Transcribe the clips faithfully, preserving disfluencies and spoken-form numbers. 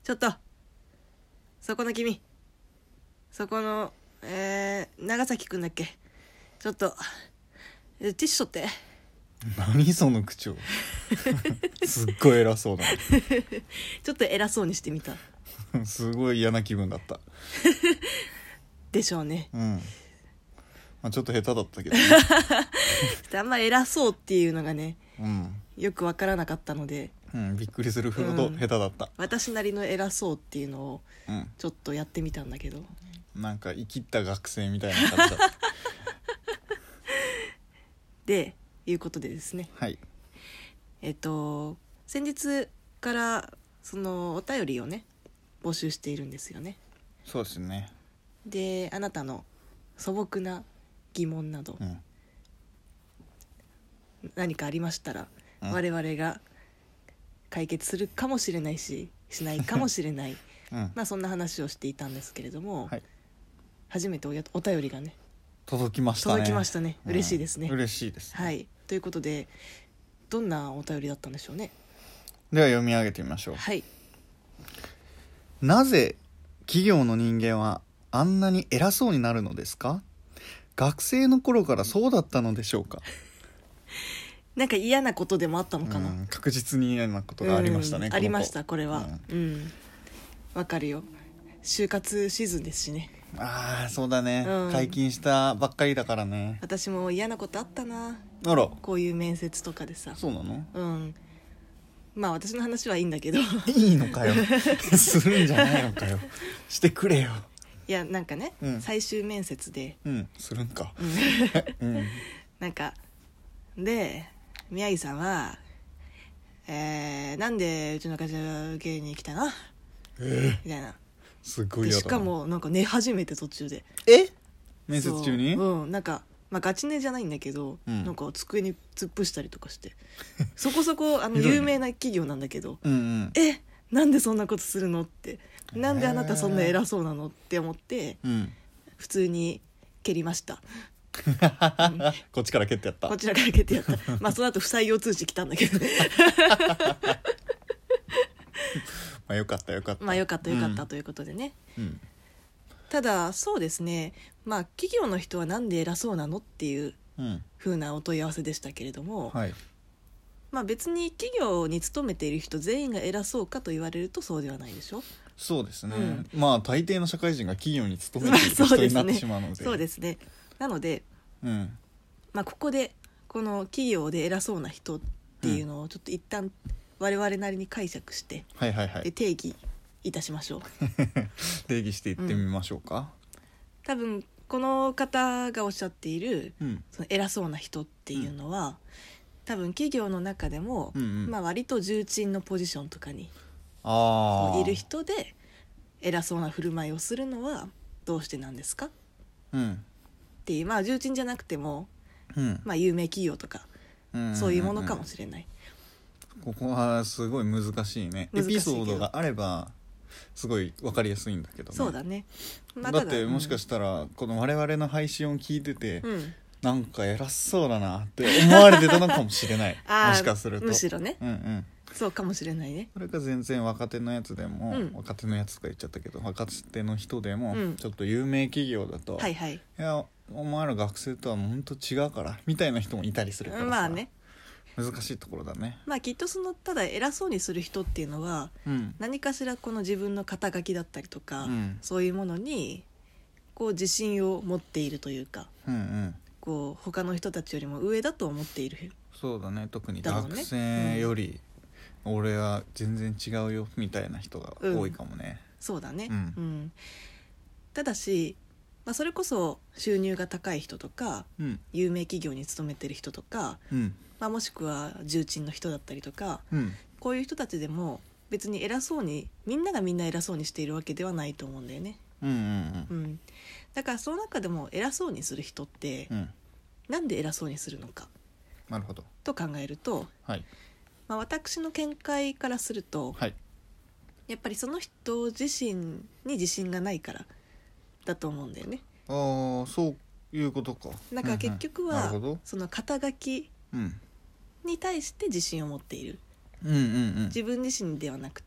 ちょっとそこの君、そこのえー、長崎くんだっけ、ちょっとティッシュ取って。 何その口調すっごい偉そうだちょっと偉そうにしてみたすごい嫌な気分だったでしょうね。 うん、まあ、ちょっと下手だったけどねあんま偉そうっていうのがねうんよくわからなかったので、 うん、びっくりするほど下手だった、 私なりの偉そうっていうのをうんちょっとやってみたんだけど、 なんか生きった学生みたいな感じだったでいうことでですね、 はいえっと先日からそのお便りをね募集しているんですよね。 そうですね。 であなたの素朴な疑問など、 うん、 何かありましたら、 うん、 我々が解決するかもしれないししないかもしれない、 うん、 まあそんな話をしていたんですけれども、 はい、 初めておやお便りがね届きましたね。 届きましたね。嬉しいですね、 うん、嬉しいです、ね、 はい。ということでどんなお便りだったんでしょうね。 では読み上げてみましょう。 はい。 なぜ企業の人間はあんなに偉そうになるのですか？学生の頃からそうだったのでしょうか？ なんか嫌なことでもあったのかな。 うん、確実に嫌なことがありましたね。 ありましたこれは。 うん、 うんわかるよ。就活シーズンですしね。 ああそうだね、 うん、 解禁したばっかりだからね。 私も嫌なことあったな。 あら、 こういう面接とかでさ。 そうなの？ うんまあ私の話はいいんだけどいいのかよするんじゃないのかよ、してくれよ。 いやなんかね、 うん、 最終面接でうんするんか、 うん、 うん、 なんかで宮城さんは、えー、なんでうちの会社受けに来たの、 えー、 みたいな。 すごい嫌だな。 しかもなんか寝始めて途中でえ面接中に？ うんなんかまあガチ寝じゃないんだけど、 うん、 なんか机に突っ伏したりとかしてそこそこあのひどいね有名な企業なんだけど、 うんうん、 えなんでそんなことするのって、なんであなたそんな偉そうなのって思って、 うん、 普通に蹴りました、うん、 こっちから蹴ってやった。 こちらから蹴ってやったまあその後不採用通知来たんだけどまあよかったよかった。 まあよかったよかったということでね、 うん、 ただそうですね、まあ企業の人はなんで偉そうなのっていううん風なお問い合わせでしたけれども、 はい、 まあ別に企業に勤めている人全員が偉そうかと言われるとそうではないでしょ。 そうですね、 うん、 まあ大抵の社会人が企業に勤めている人になってしまうので、 そうですね。なので、 うんまあ、ここでこの企業で偉そうな人っていうのをちょっと一旦我々なりに解釈して、 はいはいはい、 で定義いたしましょう定義していってみましょうか、うん、 多分この方がおっしゃっている、 うん、 その偉そうな人っていうのは、うん、多分企業の中でも、 うんうんまあ、割と重鎮のポジションとかにあいる人で偉そうな振る舞いをするのはどうしてなんですか、 うん、 っていう、まあ重鎮じゃなくても、 うんまあ、有名企業とか、 うんうんうんうん、 そういうものかもしれない。 ここはすごい難しいね。 難しいけどエピソードがあればすごい分かりやすいんだけどね。 そうだね、まあ、 だってもしかししたらこの我々の配信を聞いてて、 うん、 なんか偉そうだなって思われてたのかもしれないもしかするとむしろね、 うんうん、 そうかもしれないね。 それか全然若手のやつでも、 うん、 若手のやつとか言っちゃったけど若手の人でも、 うん、 ちょっと有名企業だと、 はいはい、 いやお前ら学生とは本当違うからみたいな人もいたりするからさ、 まあね、 難しいところだね。 まあきっとそのただ偉そうにする人っていうのは、 うん、 何かしらこの自分の肩書きだったりとか、 うん、 そういうものにこう自信を持っているというか、 うんうん、 こう他の人たちよりも上だと思っている。 そうだね、特にだろうね、 学生より俺は全然違うよみたいな人が多いかもね、 うん、そうだね、 うんうん、ただし、まあ、それこそ収入が高い人とか、 うん、 有名企業に勤めてる人とか、 うんまあ、もしくは重鎮の人だったりとか、 うん、 こういう人たちでも別に偉そうにみんながみんな偉そうにしているわけではないと思うんだよね、 うんうんうん、だからその中でも偉そうにする人ってうん、 なんで偉そうにするのかなるほど、 と考えると、 はい、 まあ、私の見解からすると、 はい、 やっぱりその人自身に自信がないからだと思うんだよね。 ああそういうことか。 だから結局は、 うんうん、なるほど、 その肩書きに対して自信を持っている、 うんうんうんうん、 自分自身ではなくて、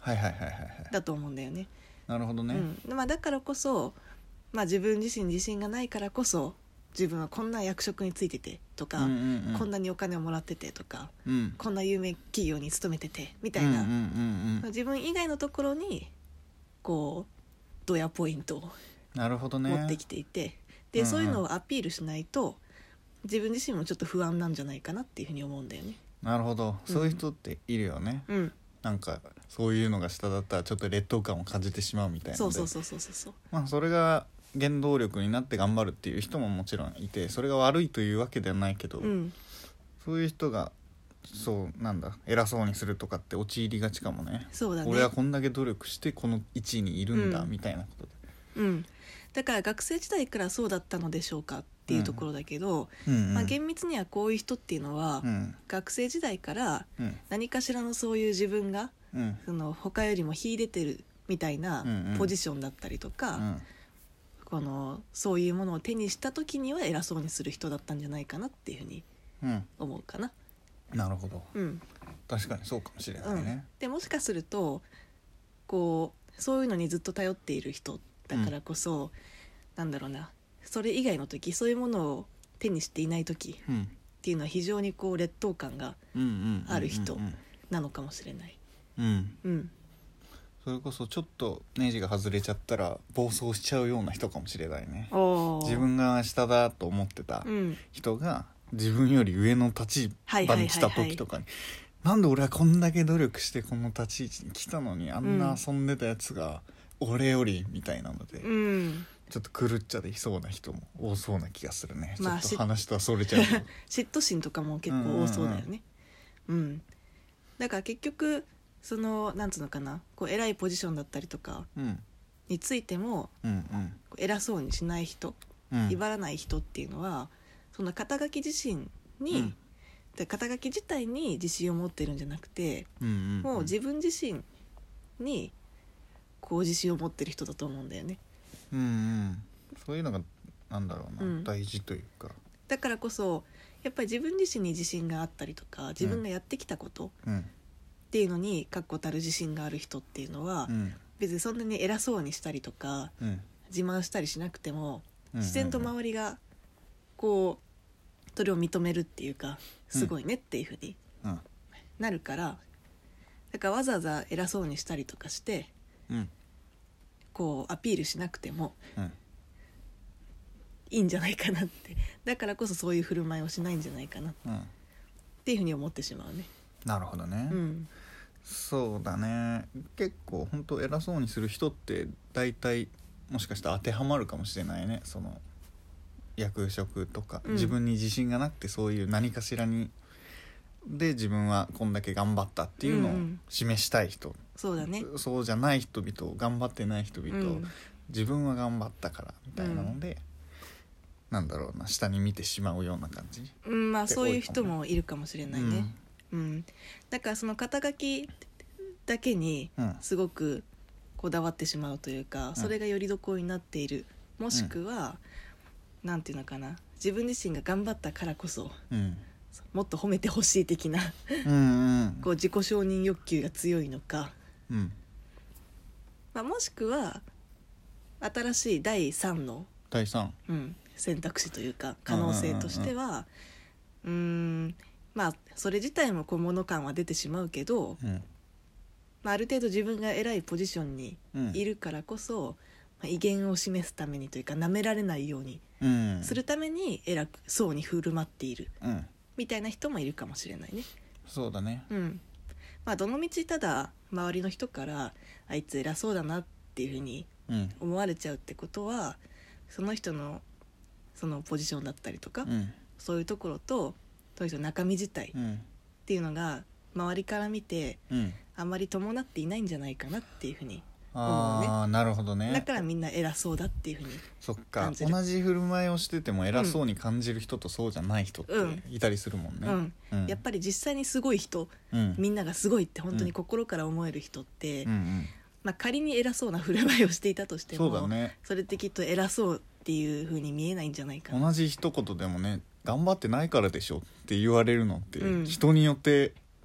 はいはいはいはいはいだと思うんだよね。 なるほどね、 うんまあ、だからこそ、まあ、自分自身に自信がないからこそ自分はこんな役職についててとか、 うんうんうん、 こんなにお金をもらっててとか、 うん、 こんな有名企業に勤めててみたいな、 うんうんうんうん、 自分以外のところにこうドヤポイントをなるほどね持ってきていて、で、 うんうん、 そういうのをアピールしないと自分自身もちょっと不安なんじゃないかなっていうふうに思うんだよね。 なるほど、そういう人っているよね、 うん、 なんかそういうのが下だったらちょっと劣等感を感じてしまうみたいなので、 そうそうそうそうそう、 まあそれが原動力になって頑張るっていう人ももちろんいて、それが悪いというわけではないけど、 うん、 そういう人がそうなんだ偉そうにするとかって陥りがちかもね。 そうだね。 俺はこんだけ努力してこのいちいにいるんだ、 うんみたいなことで、 うん、だから学生時代からそうだったのでしょうかっていうところだけど、 うんうんまあ、厳密にはこういう人っていうのは、 うん学生時代からうん何かしらのそういう自分がうんその他よりも秀でてるみたいなうんうんポジションだったりとか、 うんこのそういうものを手にした時には偉そうにする人だったんじゃないかなっていうふうにうん思うかな。 なるほど、 うん確かにそうかもしれなうんいね。 でもしかするとこうそういうのにずっと頼っている人だからこそ、なんだろうな、それ以外の時そういうものを手にしていない時うんっていうのは非常にこう劣等感がうんうんうんうんある人なのかもしれない。 うんうんそれこそちょっとネジが外れちゃったら暴走しちゃうような人かもしれないね。 おー自分が下だと思ってたうん人が自分より上の立場に来た時とかに、なんで俺はこんだけ努力してこの立ち位置に来たのにあんな遊んでたやつが俺よりみたいなので、 うんちょっと狂っちゃいそうな人も多そうな気がするね。 まあちょっと話とはそれちゃうけど嫉妬心とかも結構多そうだよね。うんだから結局そのなんつうのかな、こう偉いポジションだったりとかうんについてもうんこう偉そうにしない人、 うん威張らない人っていうのはその肩書き自身に、 うんで肩書き自体に自信を持ってるんじゃなくて、 うんうんもう自分自身にこう自信を持ってる人だと思うんだよね。 うんうんそういうのがなんだろうな、 うん大事というか、 だからこそやっぱり自分自身に自信があったりとか自分がやってきたことうんっていうのに確固たる自信がある人っていうのは、 うん別にそんなに偉そうにしたりとかうん自慢したりしなくてもうん自然と周りがこうそれを認めるっていうかすごいねっていう風にうんなるから、だからわざわざ偉そうにしたりとかしてうんこうアピールしなくてもうんいいんじゃないかなって、だからこそそういう振る舞いをしないんじゃないかなっうんていう風に思ってしまうね。 なるほどね、 うんそうだね。結構本当偉そうにする人って大体もしかしたら当てはまるかもしれないね。その役職とか、 うん自分に自信がなくてそういう何かしらにで自分はこんだけ頑張ったっていうのをうんうん示したい人、 そうだね。 そうじゃない人々、頑張ってない人々、 うん自分は頑張ったからみたいなので、なんだろうな、下に見てしまうような感じ。 うん、まあそういう人もいるかもしれないね。うん、だからその肩書きだけにうんすごくこだわってしまうというか、 んそれがよりどころになっている、もしくは、なんていうのかな、自分自身が頑張ったからこそうんもっと褒めてほしい的なうんうんこう自己承認欲求が強いのか、 うんまあ、もしくは新しいだいさんの、 第三うん、選択肢というか可能性としては、うーんまあそれ自体も小物感は出てしまうけど、 うんまあ、ある程度自分が偉いポジションにうんいるからこそ、まあ、威厳を示すためにというか、舐められないようにうんするために偉そうに振る舞っているうんみたいな人もいるかもしれないね。 そうだね。 うんまあ、どのみちただ周りの人からあいつ偉そうだなっていうふうにうん思われちゃうってことは、その人のそのポジションだったりとか、 うんそういうところとそういう人の中身自体っうんていうのが周りから見てうんあまり伴っていないんじゃないかなっていうふうに、 ああ、なるほどね。 だからみんな偉そうだっていうふうに。 そっか、 感じる同じ振る舞いをしてても偉そうに感じる人とそうじゃない人ってうんいたりするもんね。 うんうんやっぱり実際にすごい人、 うんみんながすごいって本当に心から思える人って、 うんうんまあ、仮に偉そうな振る舞いをしていたとしてもそうだね。 それってきっと偉そうっていう風に見えないんじゃないかな。 同じ一言でもね、頑張ってないからでしょって言われるのって、 うん人によって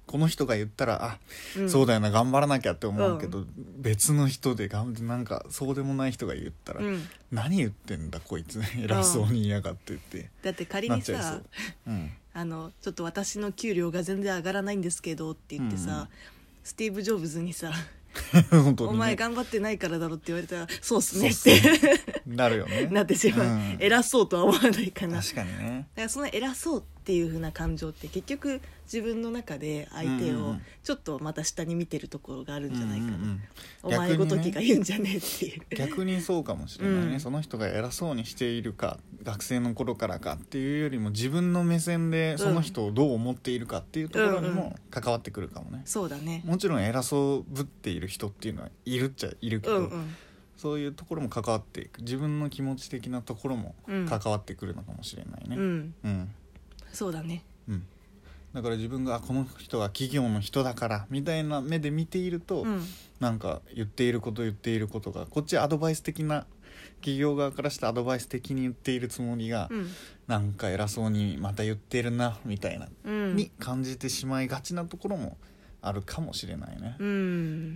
この人が言ったらあ、 うん、 そうだよな頑張らなきゃって思うけど、うん、別の人でがんなんかそうでもない人が言ったら、うん、何言ってんだこいつ偉そうに言いやがってってだって仮にさ、うん、あのちょっと私の給料が全然上がらないんですけどって言ってさ、うんうん、スティーブ・ジョブズにさ本当にね、お前頑張ってないからだろって言われたらそうっすねってなるよねなってしまう、うん、偉そうとは思わないかな。 確かにね。 だからその偉そうっていう風な感情って結局自分の中で相手をちょっとまた下に見てるところがあるんじゃないかな、うんうんうん、お前ごときが言うんじゃねえっていう逆にそうかもしれないね、うん、その人が偉そうにしているか学生の頃からかっていうよりも自分の目線でその人をどう思っているかっていうところにも関わってくるかもね、うんうん、 そうだね。 もちろん偉そうぶっている人っていうのはいるっちゃいるけど、うんうん、そういうところも関わっていく自分の気持ち的なところも関わってくるのかもしれないね、 うんうん、そうだね、 うん、だから自分がこの人は企業の人だからみたいな目で見ていると、うん、なんか言っていること言っていることがこっちアドバイス的な企業側からしてアドバイス的に言っているつもりが、うん、なんか偉そうにまた言ってるなみたいな、うん、に感じてしまいがちなところもあるかもしれないね、うん、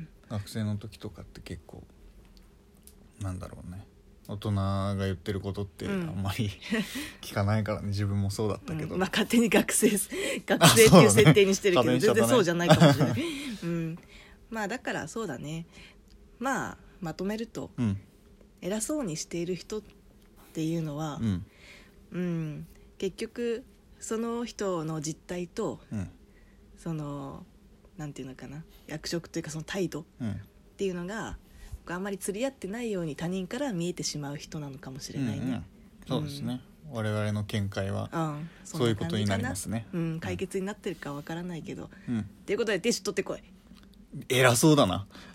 学生の時とかって結構なんだろうね大人が言ってることってあんまり聞かないからね、うん、自分もそうだったけど、 うんまあ、勝手に学生学生っていう設定にしてるけど、ね、全然そうじゃないかもしれない、うん、まあだからそうだね。まあまとめると、うん、偉そうにしている人っていうのは、うんうん、結局その人の実態と、うん、そのなんていうのかな役職というかその態度っていうのが、うん、あんまり釣り合ってないように他人から見えてしまう人なのかもしれないね、うんうん、 そうですね、うん、我々の見解は、うん、そういうことになりますね、 うん、解決になってるかわからないけど、うん、っていうことでティッシュ取ってこい。 偉そうだな